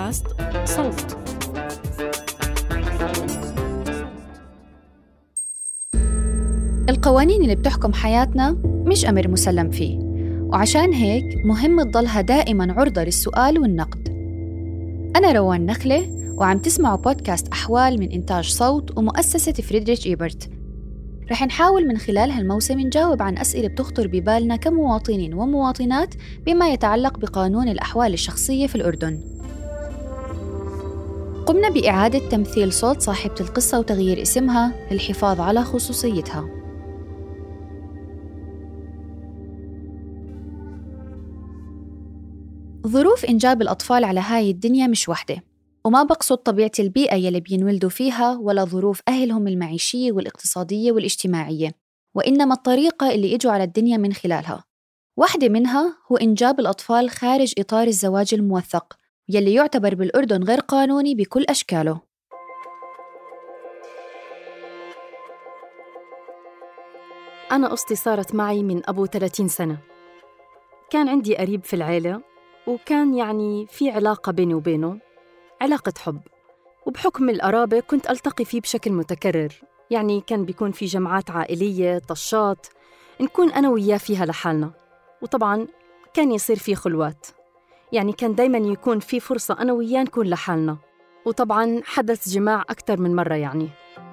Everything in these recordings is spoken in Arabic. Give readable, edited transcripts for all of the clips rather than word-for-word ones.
بودكاست صوت. القوانين اللي بتحكم حياتنا مش أمر مسلم فيه، وعشان هيك مهم تضلها دائماً عرضة للسؤال والنقد. أنا روان نخلة، وعم تسمعوا بودكاست أحوال من إنتاج صوت ومؤسسة فريدريش إيبرت. رح نحاول من خلال هالموسم نجاوب عن أسئلة بتخطر ببالنا كمواطنين ومواطنات بما يتعلق بقانون الأحوال الشخصية في الأردن. قمنا بإعادة تمثيل صوت صاحبة القصة وتغيير اسمها للحفاظ على خصوصيتها. ظروف إنجاب الأطفال على هاي الدنيا مش وحدة، وما بقصد طبيعة البيئة يلي بينولدوا فيها ولا ظروف أهلهم المعيشية والاقتصادية والاجتماعية، وإنما الطريقة اللي إجوا على الدنيا من خلالها. واحدة منها هو إنجاب الأطفال خارج إطار الزواج الموثق، يلي يعتبر بالأردن غير قانوني بكل أشكاله. أنا قصتي صارت معي من أبو 30 سنة. كان عندي قريب في العيلة، وكان يعني في علاقة بيني وبينه، علاقة حب، وبحكم القرابة كنت ألتقي فيه بشكل متكرر. يعني كان بيكون في جمعات عائلية، طشات، نكون أنا وياه فيها لحالنا، وطبعاً كان يصير في خلوات. يعني كان دايماً يكون في فرصة أنا وياه نكون لحالنا، وطبعاً حدث جماع أكتر من مرة. يعني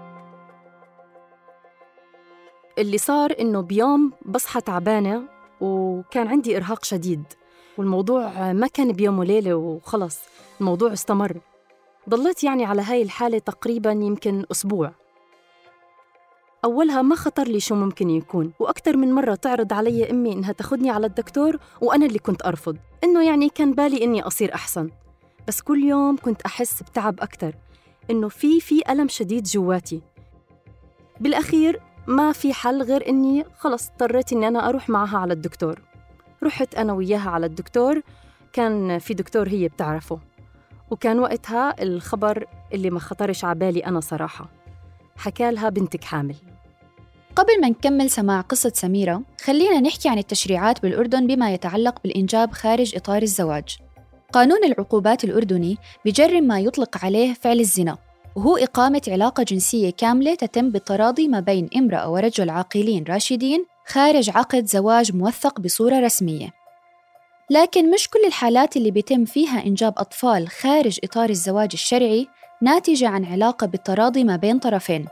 اللي صار إنه بيوم بصحى تعبانة وكان عندي إرهاق شديد، والموضوع ما كان بيوم وليلة وخلص، الموضوع استمر. ضليت يعني على هاي الحالة تقريباً يمكن أسبوع. أولها ما خطر لي شو ممكن يكون، وأكتر من مرة تعرض علي أمي إنها تاخدني على الدكتور، وأنا اللي كنت أرفض، إنه يعني كان بالي إني أصير أحسن. بس كل يوم كنت أحس بتعب أكتر، إنه في ألم شديد جواتي. بالأخير ما في حل غير إني خلص اضطريت إني أنا أروح معها على الدكتور. رحت أنا وياها على الدكتور، كان في دكتور هي بتعرفه، وكان وقتها الخبر اللي ما خطرش عبالي أنا صراحة. حكالها بنتك حامل. قبل ما نكمل سماع قصة سميرة، خلينا نحكي عن التشريعات بالأردن بما يتعلق بالإنجاب خارج إطار الزواج. قانون العقوبات الأردني بيجرم ما يطلق عليه فعل الزنا، وهو إقامة علاقة جنسية كاملة تتم بالتراضي ما بين امرأة ورجل عاقلين راشدين خارج عقد زواج موثق بصورة رسمية. لكن مش كل الحالات اللي بيتم فيها إنجاب أطفال خارج إطار الزواج الشرعي ناتجة عن علاقة بالتراضي ما بين طرفين.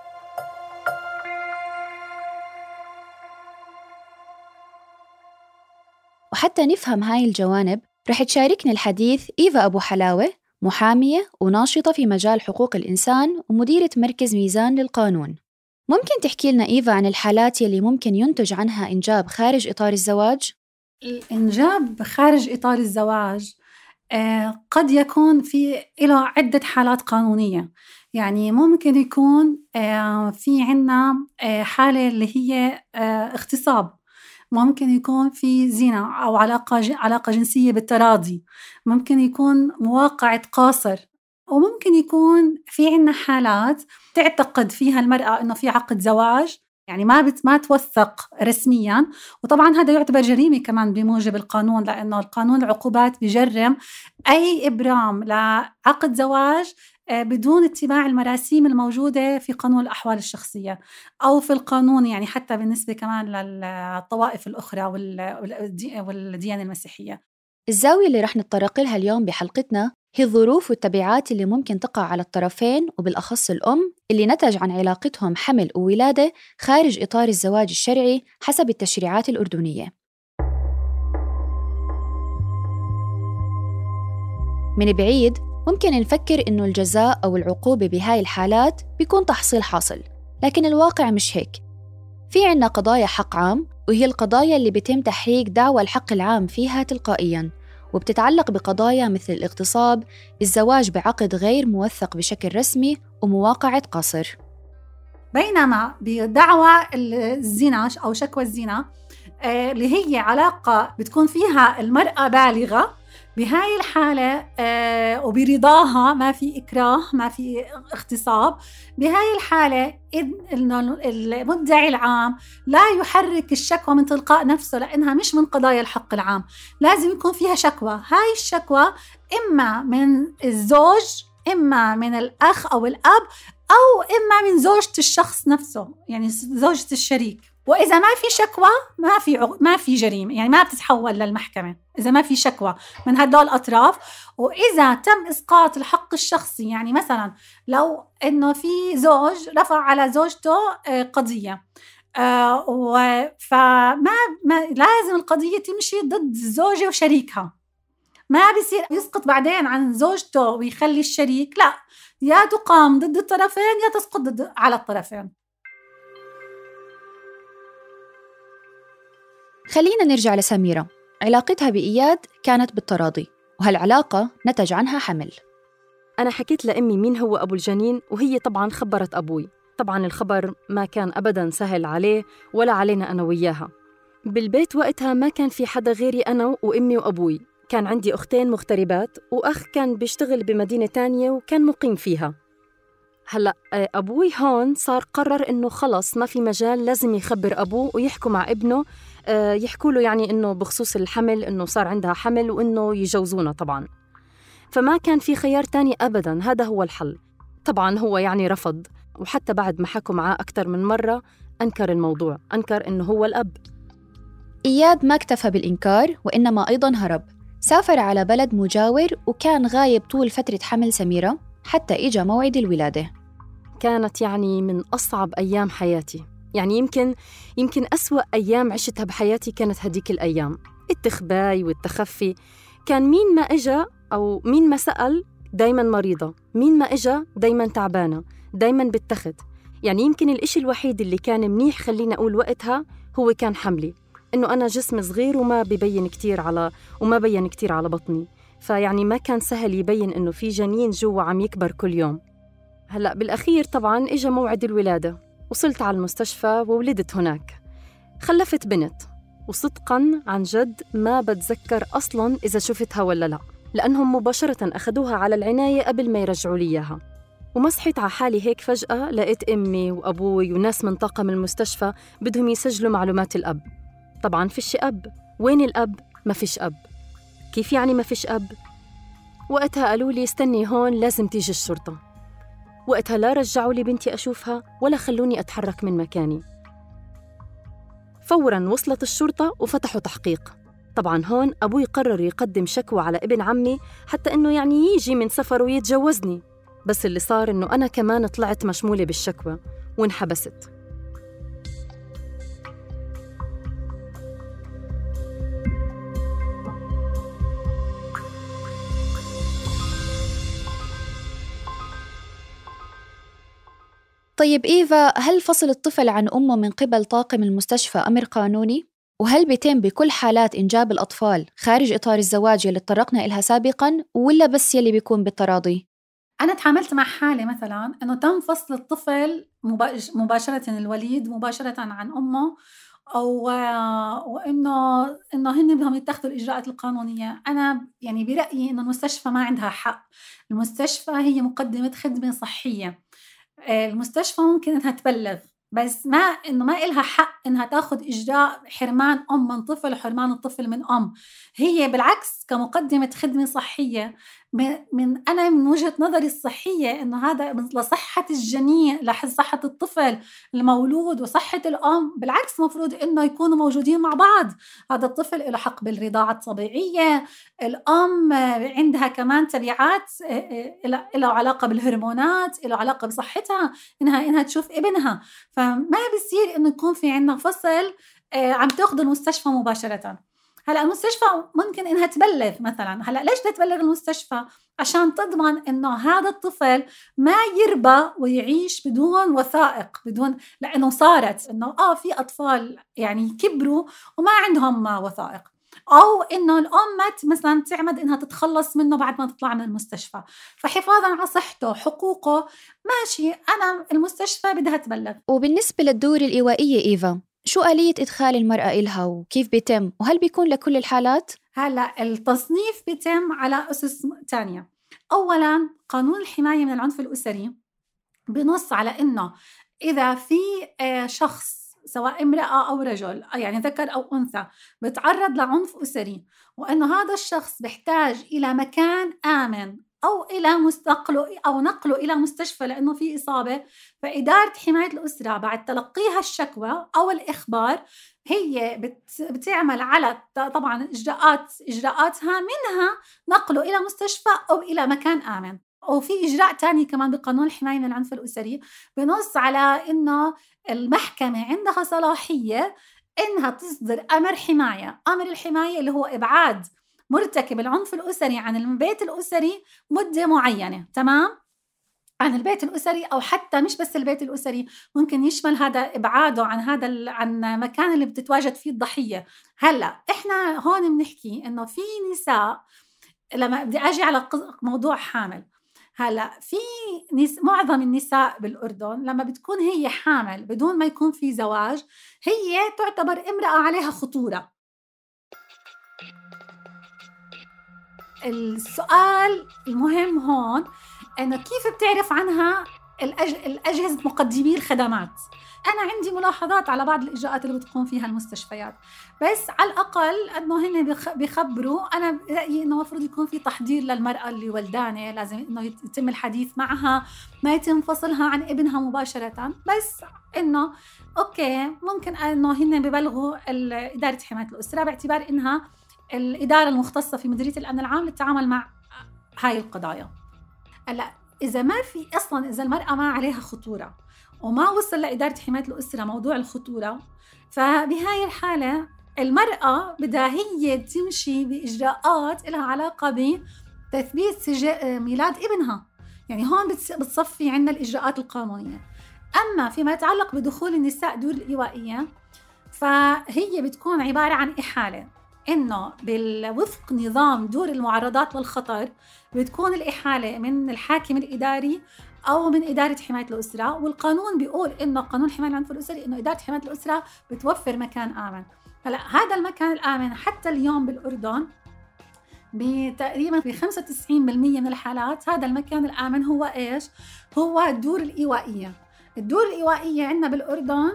وحتى نفهم هاي الجوانب رح تشاركني الحديث إيفا أبو حلاوة، محامية وناشطة في مجال حقوق الإنسان ومديرة مركز ميزان للقانون. ممكن تحكي لنا إيفا عن الحالات يلي ممكن ينتج عنها إنجاب خارج إطار الزواج؟ الإنجاب خارج إطار الزواج قد يكون له عدة حالات قانونية. يعني ممكن يكون في عنا حالة اللي هي اغتصاب، ممكن يكون في زنا أو علاقة جنسية بالتراضي، ممكن يكون مواقعة قاصر، وممكن يكون في عنا حالات تعتقد فيها المرأة إنه في عقد زواج، يعني ما توثق رسمياً، وطبعاً هذا يعتبر جريمة كمان بموجب القانون، لأنه القانون العقوبات بيجرم أي إبرام لعقد زواج بدون اتباع المراسيم الموجودة في قانون الأحوال الشخصية أو في القانون، يعني حتى بالنسبة كمان للطوائف الأخرى والديانة المسيحية. الزاوية اللي رح نتطرق لها اليوم بحلقتنا هي الظروف والتبعات اللي ممكن تقع على الطرفين، وبالأخص الأم اللي نتج عن علاقتهم حمل وولادة خارج إطار الزواج الشرعي حسب التشريعات الأردنية. من بعيد ممكن نفكر إنه الجزاء أو العقوبة بهاي الحالات بيكون تحصيل حاصل، لكن الواقع مش هيك. في عنا قضايا حق عام، وهي القضايا اللي بيتم تحريك دعوى الحق العام فيها تلقائياً، وبتتعلق بقضايا مثل الاغتصاب، الزواج بعقد غير موثق بشكل رسمي، ومواقعة قصر. بينما بدعوى الزنا أو شكوى الزنا اللي هي علاقة بتكون فيها المرأة بالغة، بهاي الحالة وبرضاها، ما في إكراه، ما في اغتصاب، بهاي الحالة إنه المدعي العام لا يحرك الشكوى من تلقاء نفسه، لأنها مش من قضايا الحق العام، لازم يكون فيها شكوى. هاي الشكوى إما من الزوج، إما من الأخ أو الأب، أو إما من زوجة الشخص نفسه، يعني زوجة الشريك. وإذا ما في شكوى ما في جريمة، يعني ما بتتحول للمحكمة إذا ما في شكوى من هدول الأطراف. وإذا تم إسقاط الحق الشخصي، يعني مثلا لو إنه في زوج رفع على زوجته قضية، فما لازم القضية تمشي ضد الزوجة وشريكها، ما بيصير يسقط بعدين عن زوجته ويخلي الشريك، لا، يا تقام ضد الطرفين يا تسقط على الطرفين. خلينا نرجع لسميرة. علاقتها بإياد كانت بالتراضي، وهالعلاقة نتج عنها حمل. أنا حكيت لأمي مين هو أبو الجنين، وهي طبعاً خبرت أبوي. طبعاً الخبر ما كان أبداً سهل عليه ولا علينا أنا وياها. بالبيت وقتها ما كان في حدا غيري أنا وأمي وأبوي، كان عندي أختين مغتربات وأخ كان بيشتغل بمدينة تانية وكان مقيم فيها. هلأ أبوي هون صار قرر إنه خلص ما في مجال، لازم يخبر أبوه ويحكوا مع ابنه، يحكوا له يعني إنه بخصوص الحمل، إنه صار عندها حمل وإنه يجوزونا طبعاً. فما كان في خيار تاني أبداً، هذا هو الحل. طبعاً هو يعني رفض، وحتى بعد ما حكوا معاه أكتر من مرة أنكر الموضوع، أنكر إنه هو الأب. إياد ما اكتفى بالإنكار، وإنما أيضاً هرب، سافر على بلد مجاور وكان غايب طول فترة حمل سميرة حتى إجا موعد الولادة. كانت يعني من أصعب أيام حياتي، يعني يمكن أسوأ أيام عشتها بحياتي كانت هديك الأيام. التخباي والتخفي، كان مين ما إجا أو مين ما سأل دايماً مريضة، مين ما إجا دايماً تعبانة، دايماً بالتخت. يعني يمكن الإشي الوحيد اللي كان منيح خلينا أقول وقتها هو كان حملي، إنه أنا جسم صغير وما بين كتير على بطني، فيعني ما كان سهل يبين إنه في جنين جوا عم يكبر كل يوم. هلأ بالأخير طبعاً إجا موعد الولادة، وصلت على المستشفى وولدت هناك، خلفت بنت. وصدقاً عن جد ما بتذكر أصلاً إذا شفتها ولا لا، لأنهم مباشرة أخذوها على العناية قبل ما يرجعوا لي إياها. وما صحيت على حالي هيك فجأة لقيت أمي وأبوي وناس من طاقم المستشفى بدهم يسجلوا معلومات الأب. طبعاً فيش أب. وين الأب؟ ما فيش أب. كيف يعني ما فيش أب؟ وقتها قالوا لي استني هون، لازم تيجي الشرطة. وقتها لا رجعوا لي بنتي أشوفها ولا خلوني أتحرك من مكاني. فوراً وصلت الشرطة وفتحوا تحقيق. طبعاً هون أبوي قرر يقدم شكوى على ابن عمي حتى إنه يعني يجي من سفر ويتجوزني، بس اللي صار إنه أنا كمان طلعت مشمولة بالشكوى وانحبست. طيب إيفا، هل فصل الطفل عن أمه من قبل طاقم المستشفى أمر قانوني؟ وهل بيتم بكل حالات إنجاب الأطفال خارج إطار الزواج اللي اتطرقنا إلها سابقاً، ولا بس يلي بيكون بالتراضي؟ أنا تعاملت مع حالة مثلاً إنه تم فصل الطفل مباشرة، الوليد مباشرة عن أمه، أو وإنه هن بدهم يتخذوا الإجراءات القانونية. أنا يعني برأيي إنه المستشفى ما عندها حق. المستشفى هي مقدمة خدمة صحية، المستشفى ممكن إنها تبلغ، بس ما إنه ما إلها حق إنها تأخذ إجراء حرمان أم من طفل وحرمان الطفل من أم. هي بالعكس كمقدمة خدمة صحية، أنا من وجهة نظري الصحية إنه هذا لصحة الجنين، لصحة الطفل المولود وصحة الأم. بالعكس مفروض إنه يكونوا موجودين مع بعض. هذا الطفل له حق بالرضاعة الطبيعية، الأم عندها كمان تبعات، له علاقة بالهرمونات، له علاقة بصحتها، إنها تشوف ابنها. فما بيصير إنه يكون في عنا فصل عم تأخذ المستشفى مباشرة. هلأ المستشفى ممكن إنها تبلغ مثلاً. هلأ ليش تبلغ المستشفى؟ عشان تضمن إنه هذا الطفل ما يربى ويعيش بدون وثائق، لأنه صارت إنه في أطفال يعني كبروا وما عندهم وثائق، أو إنه الأم مثلاً تعمد إنها تتخلص منه بعد ما تطلع من المستشفى. فحفاظاً على صحته حقوقه ماشي، أنا المستشفى بدها تبلغ. وبالنسبة للدور الإيوائية إيفا، شو آلية إدخال المرأة إلها وكيف بيتم وهل بيكون لكل الحالات؟ هلا التصنيف بيتم على أسس تانية. أولاً قانون الحماية من العنف الأسري بنص على إنه إذا في شخص سواء امرأة أو رجل يعني ذكر أو أنثى بتعرض لعنف أسري وإنه هذا الشخص بيحتاج إلى مكان آمن أو إلى نقله إلى مستشفى لأنه في إصابة، فإدارة حماية الأسرة بعد تلقيها الشكوى أو الإخبار هي بتعمل على طبعا إجراءاتها منها نقله إلى مستشفى أو إلى مكان آمن. وفي إجراء تاني كمان بقانون الحماية من العنف الأسري بنص على إنه المحكمة عندها صلاحية إنها تصدر أمر حماية. أمر الحماية اللي هو إبعاد مرتكب العنف الأسري عن البيت الأسري مدة معينة، تمام؟ عن البيت الأسري أو حتى مش بس البيت الأسري، ممكن يشمل هذا إبعاده عن مكان اللي بتتواجد فيه الضحية. هلأ إحنا هون بنحكي إنه في نساء، لما بدي أجي على موضوع حامل، هلا في معظم النساء بالأردن لما بتكون هي حامل بدون ما يكون في زواج هي تعتبر امرأة عليها خطورة. السؤال المهم هون إنه كيف بتعرف عنها الأجهزة مقدمي الخدمات. أنا عندي ملاحظات على بعض الإجراءات اللي بتقوم فيها المستشفيات، بس على الأقل أنه هن بيخبروا. أنا رأيي أنه مفروض يكون في تحضير للمرأة اللي ولدانة، لازم أنه يتم الحديث معها، ما يتم فصلها عن ابنها مباشرة، بس أنه أوكي ممكن أنه هن ببلغوا إدارة حماية الأسرة باعتبار أنها الإدارة المختصة في مديرية الأمن العام للتعامل مع هاي القضايا. هلا إذا ما في أصلاً، إذا المرأة ما عليها خطورة وما وصل لإدارة حماية الأسرة موضوع الخطورة، فبهاي الحالة المرأة بدها هي تمشي بإجراءات لها علاقة بتثبيت ميلاد ابنها. يعني هون بتصفي عنا الإجراءات القانونية. أما فيما يتعلق بدخول النساء دور الإيوائية فهي بتكون عبارة عن إحالة، إنه بالوفق نظام دور المعرضات للخطر بتكون الإحالة من الحاكم الإداري أو من إدارة حماية الأسرة، والقانون بيقول إنه قانون حماية العنف الأسري إنه إدارة حماية الأسرة بتوفر مكان آمن. هلا هذا المكان الآمن حتى اليوم بالأردن تقريبا في 95% من الحالات هذا المكان الآمن هو إيش؟ هو الدور الإيوائية. الدور الإيوائية عندنا بالأردن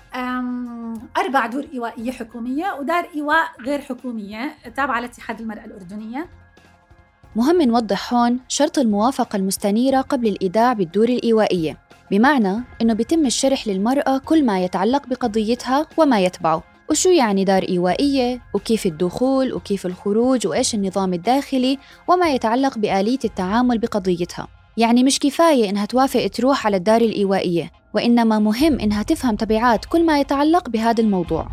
4 دور إيوائية حكومية ودار إيواء غير حكومية تابعة لاتحاد المرأة الأردنية. مهم نوضح هون شرط الموافقة المستنيرة قبل الإيداع بالدور الإيوائية، بمعنى إنه بيتم الشرح للمرأة كل ما يتعلق بقضيتها وما يتبعه، وشو يعني دار إيوائية وكيف الدخول وكيف الخروج وإيش النظام الداخلي وما يتعلق بآلية التعامل بقضيتها. يعني مش كفاية إنها توافق تروح على الدار الإيوائية، وإنما مهم إنها تفهم تبعات كل ما يتعلق بهذا الموضوع.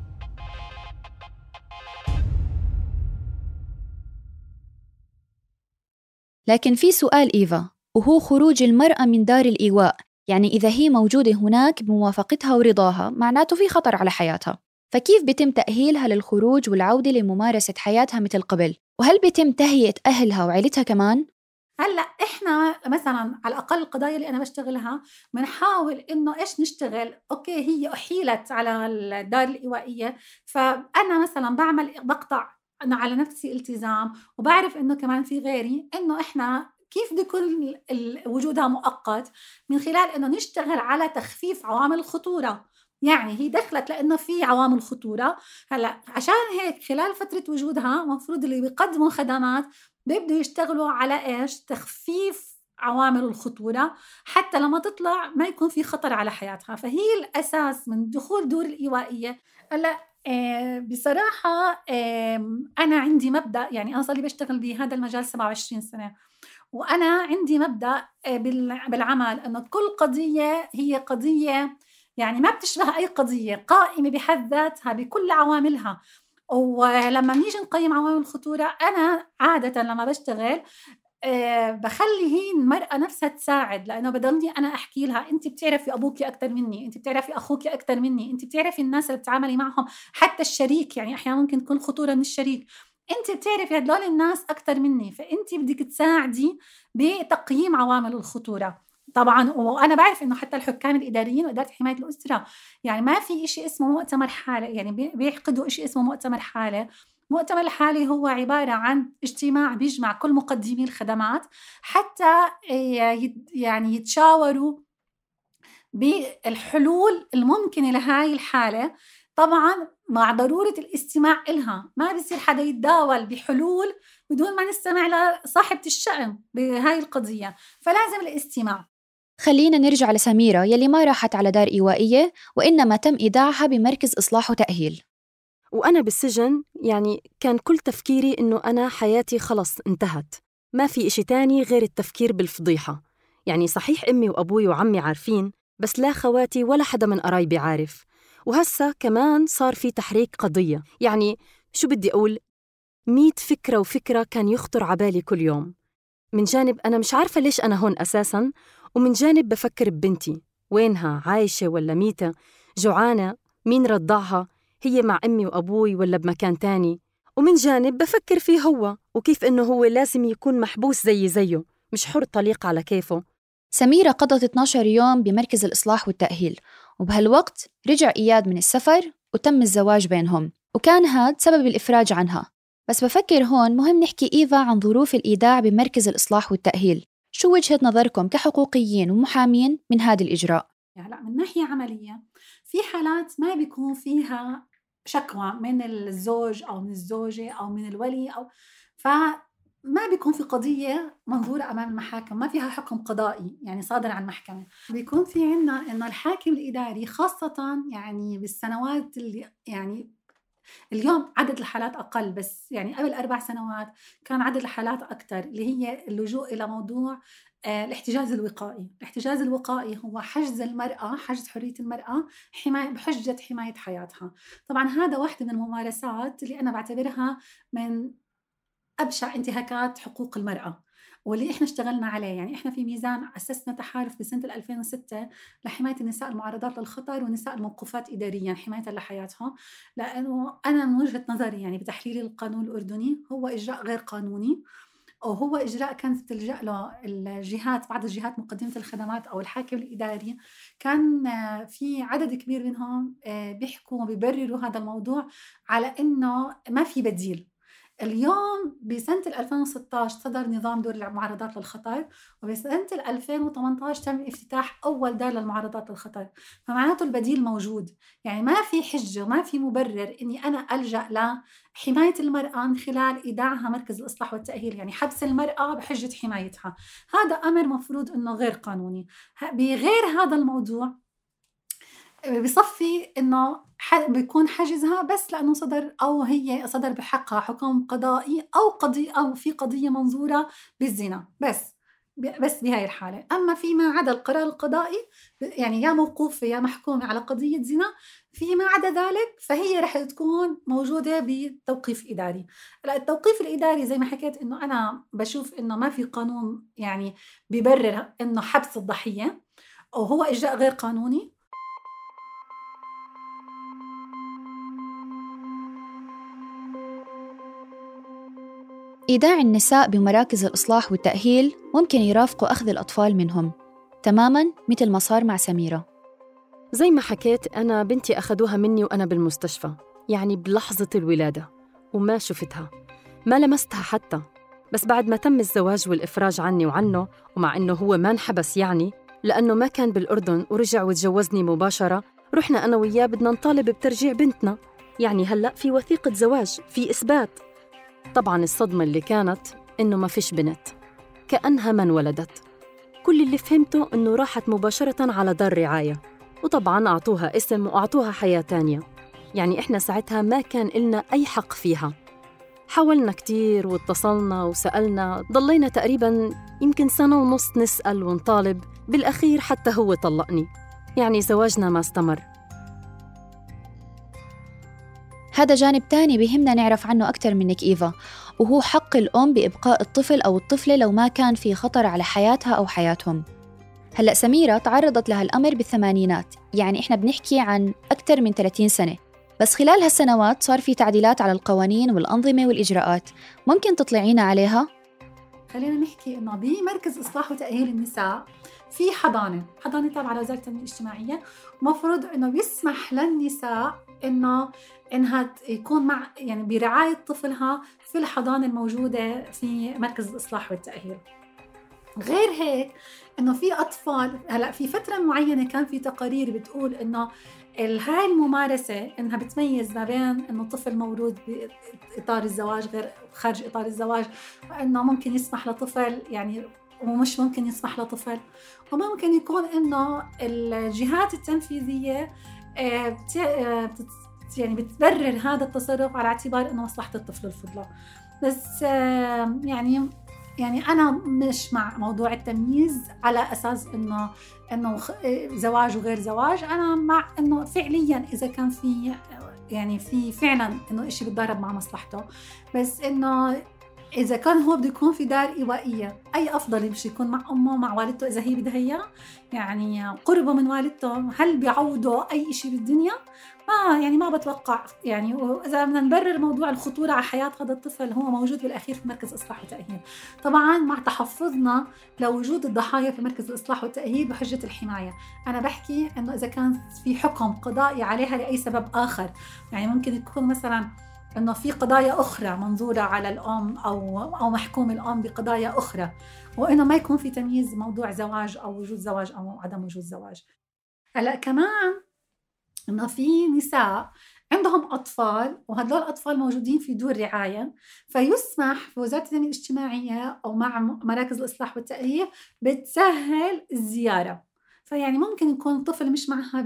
لكن في سؤال إيفا، وهو خروج المرأة من دار الإيواء. يعني إذا هي موجودة هناك بموافقتها ورضاها معناته في خطر على حياتها، فكيف بيتم تأهيلها للخروج والعودة لممارسة حياتها مثل قبل؟ وهل بيتم تهيئة أهلها وعيلتها كمان؟ هلا احنا مثلا على الاقل القضايا اللي انا بشتغلها بنحاول انه ايش نشتغل. اوكي هي احيلت على الدار الايوائيه، فانا مثلا بقطع انا على نفسي التزام وبعرف انه كمان في غيري انه احنا كيف بده يكون وجودها مؤقت من خلال انه نشتغل على تخفيف عوامل الخطوره. يعني هي دخلت لانه في عوامل خطوره. هلا عشان هيك خلال فتره وجودها مفروض اللي بيقدموا خدمات بيبدوا يشتغلوا على إيش؟ تخفيف عوامل الخطورة حتى لما تطلع ما يكون في خطر على حياتها. فهي الأساس من دخول دور الإيوائية. هلا بصراحة أنا عندي مبدأ، يعني أنا صار لي بشتغل بهذا المجال 27 سنة، وأنا عندي مبدأ بالعمل أنه كل قضية هي قضية يعني ما بتشبه أي قضية، قائمة بحد ذاتها بكل عواملها. ولما نيجي نقيم عوامل الخطورة أنا عادة لما بشتغل بخلي هي المرأة نفسها تساعد، لأنه بدلني أنا أحكي لها أنت بتعرفي أبوكي أكتر مني، أنت بتعرفي أخوكي أكتر مني، أنت بتعرفي الناس اللي بتعاملي معهم، حتى الشريك، يعني أحيانا ممكن تكون خطورة من الشريك، أنت بتعرفي هدول الناس أكتر مني، فأنت بدك تساعدي بتقييم عوامل الخطورة. طبعا. وأنا بعرف إنه حتى الحكام الإداريين وإدارة حماية الأسرة يعني ما في إشي اسمه مؤتمر حالة، يعني بيعقدوا إشي اسمه مؤتمر حالة. مؤتمر الحالة هو عبارة عن اجتماع بيجمع كل مقدمي الخدمات حتى يعني يتشاوروا بالحلول الممكنة لهاي الحالة، طبعا مع ضرورة الاستماع إلها. ما بيصير حدا يتداول بحلول بدون ما نستمع لصاحبة الشأن بهاي القضية، فلازم الاستماع. خلينا نرجع لسميرة يلي ما راحت على دار إيوائية وإنما تم إيداعها بمركز إصلاح وتأهيل. وأنا بالسجن يعني كان كل تفكيري إنه أنا حياتي خلص انتهت، ما في إشي تاني غير التفكير بالفضيحة. يعني صحيح أمي وأبوي وعمي عارفين، بس لا خواتي ولا حدا من قرايبي عارف. وهسا كمان صار في تحريك قضية. يعني شو بدي أقول، 100 فكرة وفكرة كان يخطر عبالي كل يوم. من جانب أنا مش عارفة ليش أنا هون أساساً، ومن جانب بفكر ببنتي، وينها، عايشة ولا ميتة، جوعانة، مين رضعها، هي مع أمي وأبوي ولا بمكان تاني. ومن جانب بفكر فيه هو، وكيف إنه هو لازم يكون محبوس زيه، مش حر طليق على كيفه. سميرة قضت 12 يوم بمركز الإصلاح والتأهيل، وبهالوقت رجع إياد من السفر وتم الزواج بينهم، وكان هاد سبب الإفراج عنها. بس بفكر هون مهم نحكي إيفا عن ظروف الإيداع بمركز الإصلاح والتأهيل. شو وجهة نظركم كحقوقيين ومحامين من هذا الإجراء؟ هلا من ناحية عملية، في حالات ما بيكون فيها شكوى من الزوج أو من الزوجة أو من الولي، أو فما بيكون في قضية منظورة أمام المحاكم، ما فيها حكم قضائي يعني صادر عن محكمة. بيكون في عنا إنه الحاكم الإداري خاصة يعني بالسنوات اللي يعني اليوم عدد الحالات أقل، بس يعني قبل 4 سنوات كان عدد الحالات أكتر، اللي هي اللجوء إلى موضوع الاحتجاز الوقائي. الاحتجاز الوقائي هو حجز المرأة، حجز حرية المرأة بحجة حماية حياتها. طبعا هذا واحدة من الممارسات اللي أنا بعتبرها من أبشع انتهاكات حقوق المرأة، واللي إحنا اشتغلنا عليه. يعني إحنا في ميزان أسسنا تحالف بسنة 2006 لحماية النساء المعرضات للخطر والنساء الموقوفات إدارياً حماية لحياتهم، لأنه أنا من وجهة نظري يعني بتحليل القانون الأردني هو إجراء غير قانوني، أو هو إجراء كانت تلجأ له الجهات، بعض الجهات مقدمة الخدمات أو الحاكم الإداري. كان في عدد كبير منهم بيحكوا وبيبرروا هذا الموضوع على إنه ما في بديل. اليوم بسنة 2016 صدر نظام دور المعارضات للخطر، وبسنة 2018 تم افتتاح أول دار للمعارضات للخطر، فمعناته البديل موجود. يعني ما في حجة وما في مبرر إني أنا ألجأ لحماية المرأة من خلال إيداعها مركز الإصلاح والتأهيل، يعني حبس المرأة بحجة حمايتها. هذا أمر مفروض إنه غير قانوني. بغير هذا الموضوع بصفي إنه بيكون حجزها بس لأنه صدر أو هي صدر بحقها حكم قضائي أو في قضية منظورة بالزنا، بس بهاي الحالة. أما فيما عدا القرار القضائي يعني يا موقوفة يا محكومة على قضية زنا، فيما عدا ذلك فهي رح تكون موجودة بتوقيف إداري. التوقيف الإداري زي ما حكيت إنه أنا بشوف إنه ما في قانون يعني بيبرر إنه حبس الضحية، أو هو إجراء غير قانوني. إيداع النساء بمراكز الإصلاح والتأهيل ممكن يرافقوا أخذ الأطفال منهم تماماً مثل ما صار مع سميرة. زي ما حكيت أنا بنتي أخذوها مني وأنا بالمستشفى، يعني بلحظة الولادة، وما شفتها، ما لمستها حتى. بس بعد ما تم الزواج والإفراج عني وعنه، ومع إنه هو ما انحبس يعني لأنه ما كان بالأردن ورجع وتجوزني مباشرة، رحنا أنا وياه بدنا نطالب بترجيع بنتنا. يعني هلأ في وثيقة زواج، في إثبات. طبعاً الصدمة اللي كانت إنه ما فيش بنت، كأنها من ولدت. كل اللي فهمته إنه راحت مباشرة على دار رعاية، وطبعاً أعطوها اسم وأعطوها حياة تانية. يعني إحنا ساعتها ما كان إلنا أي حق فيها. حاولنا كتير واتصلنا وسألنا، ضلينا تقريباً يمكن 1.5 سنة نسأل ونطالب. بالأخير حتى هو طلقني، يعني زواجنا ما استمر. هذا جانب تاني بيهمنا نعرف عنه أكتر منك إيفا، وهو حق الأم بإبقاء الطفل أو الطفلة لو ما كان في خطر على حياتها أو حياتهم. هلأ سميرة تعرضت لها الأمر بالثمانينات، يعني إحنا بنحكي عن أكتر من 30 سنة. بس خلال هالسنوات صار في تعديلات على القوانين والأنظمة والإجراءات، ممكن تطلعينا عليها؟ خلينا نحكي إنه بمركز إصلاح وتأهيل النساء في حضانة تابعة لوزارة التنمية الاجتماعية، مفروض إنه يسمح للنساء إنها يكون مع يعني برعاية طفلها في الحضانة الموجودة في مركز الإصلاح والتأهيل. غير هيك إنه في أطفال هلأ في فترة معينة كان في تقارير بتقول إنه هاي الممارسة إنها بتميز ما بين إنه طفل مولود بإطار الزواج غير خارج إطار الزواج، وإنه ممكن يسمح لطفل يعني ومش ممكن يسمح لطفل، وممكن يكون إنه الجهات التنفيذية يعني بتبرر هذا التصرف على اعتبار إنه مصلحة الطفل الفضلى. بس يعني أنا مش مع موضوع التمييز على أساس إنه زواج وغير زواج. أنا مع إنه فعلياً إذا كان في فعلاً إنه إشي بتضارب مع مصلحته، بس إنه إذا كان هو بده يكون في دار إيوائية، أي أفضل يمشي يكون مع أمه مع والدته إذا هي بدها إياه، يعني قربه من والدته هل بيعوضه أي إشي بالدنيا؟ ما بتوقع يعني. وإذا بدنا نبرر موضوع الخطورة على حياة هذا الطفل، هو موجود بالأخير في مركز إصلاح وتأهيل، طبعاً مع تحفظنا لوجود الضحايا في مركز الإصلاح والتأهيل بحجة الحماية. أنا بحكي إنه إذا كان في حكم قضائي عليها لأي سبب آخر، يعني ممكن يكون مثلاً إنه في قضايا أخرى منظورة على الأم أو محكوم الأم بقضايا أخرى، وإنه ما يكون في تمييز موضوع زواج أو وجود زواج أو عدم وجود زواج. هلأ كمان إنه في نساء عندهم أطفال، وهدول الأطفال موجودين في دور رعاية، فيسمح في وزارة التنمية الاجتماعية أو مع مراكز الإصلاح والتأهيل بتسهل الزيارة. فيعني ممكن يكون الطفل مش معها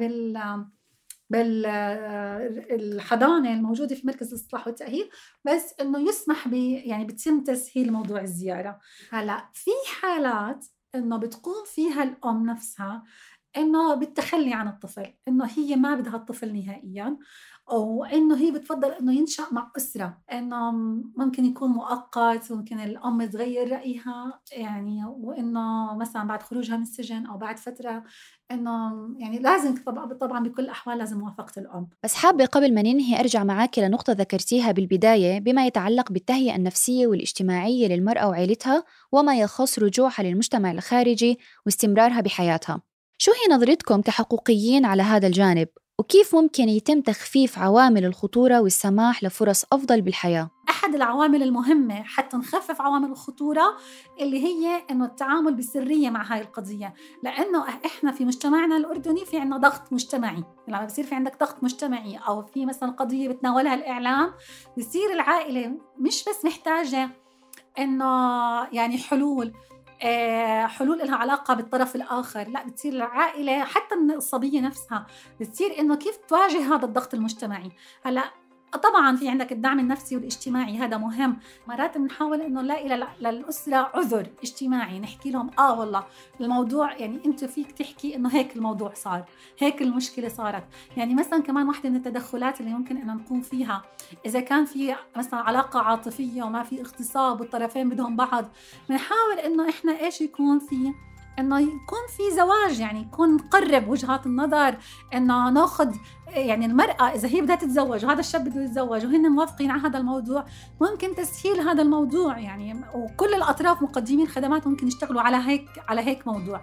بالحضانة الموجودة في مركز الإصلاح والتأهيل، بس إنه يسمح يعني بتم تسهيل موضوع الزيارة. هلأ في حالات إنه بتقوم فيها الأم نفسها إنه بالتخلي عن الطفل، إنه هي ما بدها الطفل نهائياً، أو إنه هي بتفضل إنه ينشأ مع أسرة، إنه ممكن يكون مؤقت، ممكن الأم تغير رأيها يعني، وإنه مثلاً بعد خروجها من السجن أو بعد فترة إنه يعني لازم طبعاً بكل الأحوال لازم موافقة الأم. بس حابة قبل ما ننهي أرجع معاك لنقطة ذكرتيها بالبداية بما يتعلق بالتهيئة النفسية والاجتماعية للمرأة وعائلتها وما يخص رجوعها للمجتمع الخارجي واستمرارها بحياتها. شو هي نظرتكم كحقوقيين على هذا الجانب؟ وكيف ممكن يتم تخفيف عوامل الخطورة والسماح لفرص أفضل بالحياة؟ أحد العوامل المهمة حتى نخفف عوامل الخطورة اللي هي إنه التعامل بسرية مع هاي القضية، لأنه إحنا في مجتمعنا الأردني في عنا ضغط مجتمعي. لما بصير في عندك ضغط مجتمعي أو في مثلا قضية بتناولها الإعلام، بصير العائلة مش بس محتاجة إنه يعني حلول لها علاقة بالطرف الآخر، لا، بتصير العائلة حتى الصبية نفسها بتصير إنه كيف تواجه هذا الضغط المجتمعي. هلأ طبعاً في عندك الدعم النفسي والاجتماعي، هذا مهم. مرات بنحاول إنه نلاقي للأسرة عذر اجتماعي، نحكي لهم والله الموضوع يعني أنت فيك تحكي إنه هيك الموضوع صار، هيك المشكلة صارت. يعني مثلاً كمان واحدة من التدخلات اللي ممكن إن نقوم فيها إذا كان في مثلاً علاقة عاطفية وما في اغتصاب والطرفين بدهم بعض، بنحاول إنه إحنا إيش يكون في إنه يكون في زواج، يعني يكون نقرب وجهات النظر، إنه ناخد يعني المرأة إذا هي بدها تتزوج وهذا الشاب بده يتزوج وهن موافقين على هذا الموضوع، ممكن تسهيل هذا الموضوع يعني، وكل الأطراف مقدمين خدمات ممكن يشتغلوا على هيك موضوع.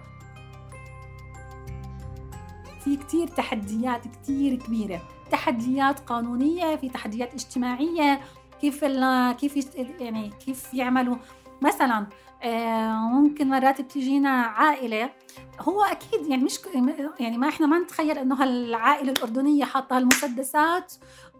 في كتير تحديات كتير كبيرة، تحديات قانونية، في تحديات اجتماعية، كيف يعملوا مثلا. ممكن مرات بتجينا عائلة، هو أكيد يعني مش يعني ما إحنا ما نتخيل إنه هالعائلة الأردنية حاطة هالمسدسات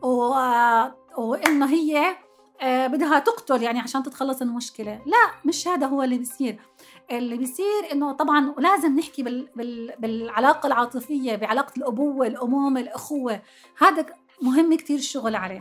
وإنه هي بدها تقتل يعني عشان تتخلص المشكلة. لا، مش هذا هو اللي بيصير. اللي بيصير إنه طبعاً لازم نحكي بالعلاقة العاطفية، بعلاقة الأبوة، الأمومة، الأخوة، هذا مهم كتير الشغل عليه.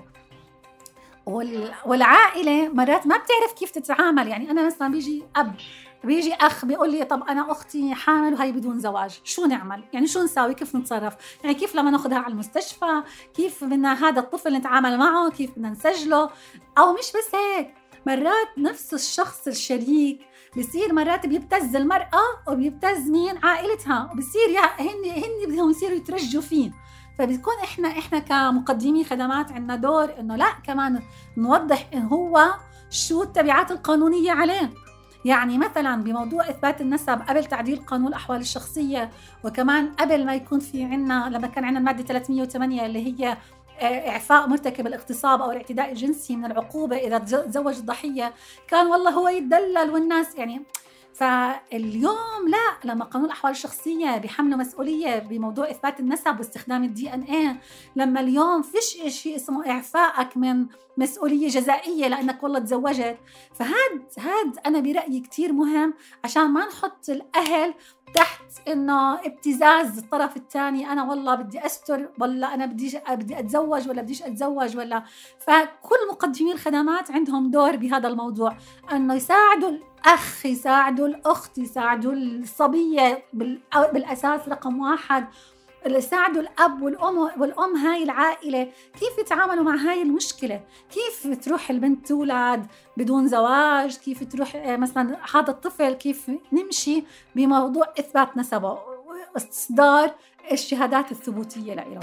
والعائلة مرات ما بتعرف كيف تتعامل. يعني أنا مثلا بيجي أخ بيقول لي طب أنا أختي حامل وهي بدون زواج، شو نعمل؟ يعني شو نساوي؟ كيف نتصرف؟ يعني كيف لما ناخدها على المستشفى؟ كيف بدنا هذا الطفل نتعامل معه؟ كيف بدنا نسجله؟ أو مش بس هيك، مرات نفس الشخص الشريك بيصير مرات بيبتز المرأة وبيبتز مين؟ عائلتها، وبيصير هن بدهم يصيروا يترجوا فيه. فبتكون إحنا كمقدمي خدمات عندنا دور إنه لا، كمان نوضح إن هو شو التبعات القانونية عليه. يعني مثلا بموضوع إثبات النسب قبل تعديل قانون الأحوال الشخصية، وكمان قبل ما يكون في عنا، لما كان عنا المادة 308 اللي هي إعفاء مرتكب الاغتصاب أو الاعتداء الجنسي من العقوبة إذا تزوج الضحية، كان والله هو يتدلل والناس يعني. فاليوم لا، لما قانون الأحوال الشخصية بيحملوا مسؤولية بموضوع إثبات النسب واستخدام الDNA، لما اليوم فيش شيء اسمه إعفائك من مسؤولية جزائية لأنك والله تزوجت. فهاد أنا برأيي كتير مهم عشان ما نحط الأهل تحت إنه ابتزاز الطرف الثاني، أنا والله بدي أستر، ولا أنا بدي أتزوج ولا بديش أتزوج ولا. فكل مقدمي الخدمات عندهم دور بهذا الموضوع، أنه يساعدوا الأخ، يساعدوا الأخت، يساعدوا الصبية بالأساس رقم 1، يساعدوا الأب والأم هاي العائلة كيف يتعاملوا مع هاي المشكلة، كيف تروح البنت تولد بدون زواج، كيف تروح مثلا هذا الطفل، كيف نمشي بموضوع إثبات نسبه واستصدار الشهادات الثبوتية له.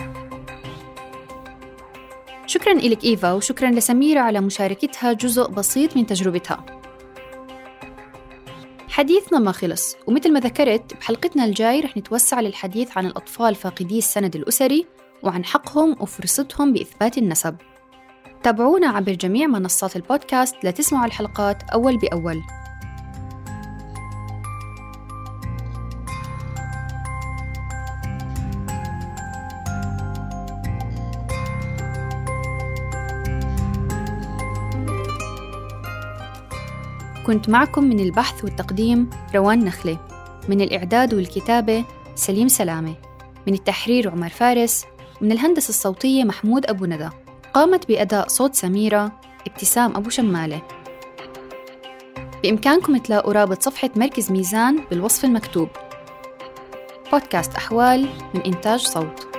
شكراً إلك إيفا، وشكراً لسميرة على مشاركتها جزء بسيط من تجربتها. حديثنا ما خلص، ومثل ما ذكرت بحلقتنا الجاي رح نتوسع للحديث عن الأطفال فاقدي السند الأسري وعن حقهم وفرصتهم بإثبات النسب. تابعونا عبر جميع منصات البودكاست لتسمعوا الحلقات أول بأول. كنت معكم من البحث والتقديم روان نخلة، من الإعداد والكتابة سليم سلامة، من التحرير عمر فارس، من الهندسة الصوتية محمود أبو ندى. قامت بأداء صوت سميرة ابتسام أبو شمالة. بإمكانكم تلاقوا رابط صفحة مركز ميزان بالوصف المكتوب. بودكاست أحوال من إنتاج صوت.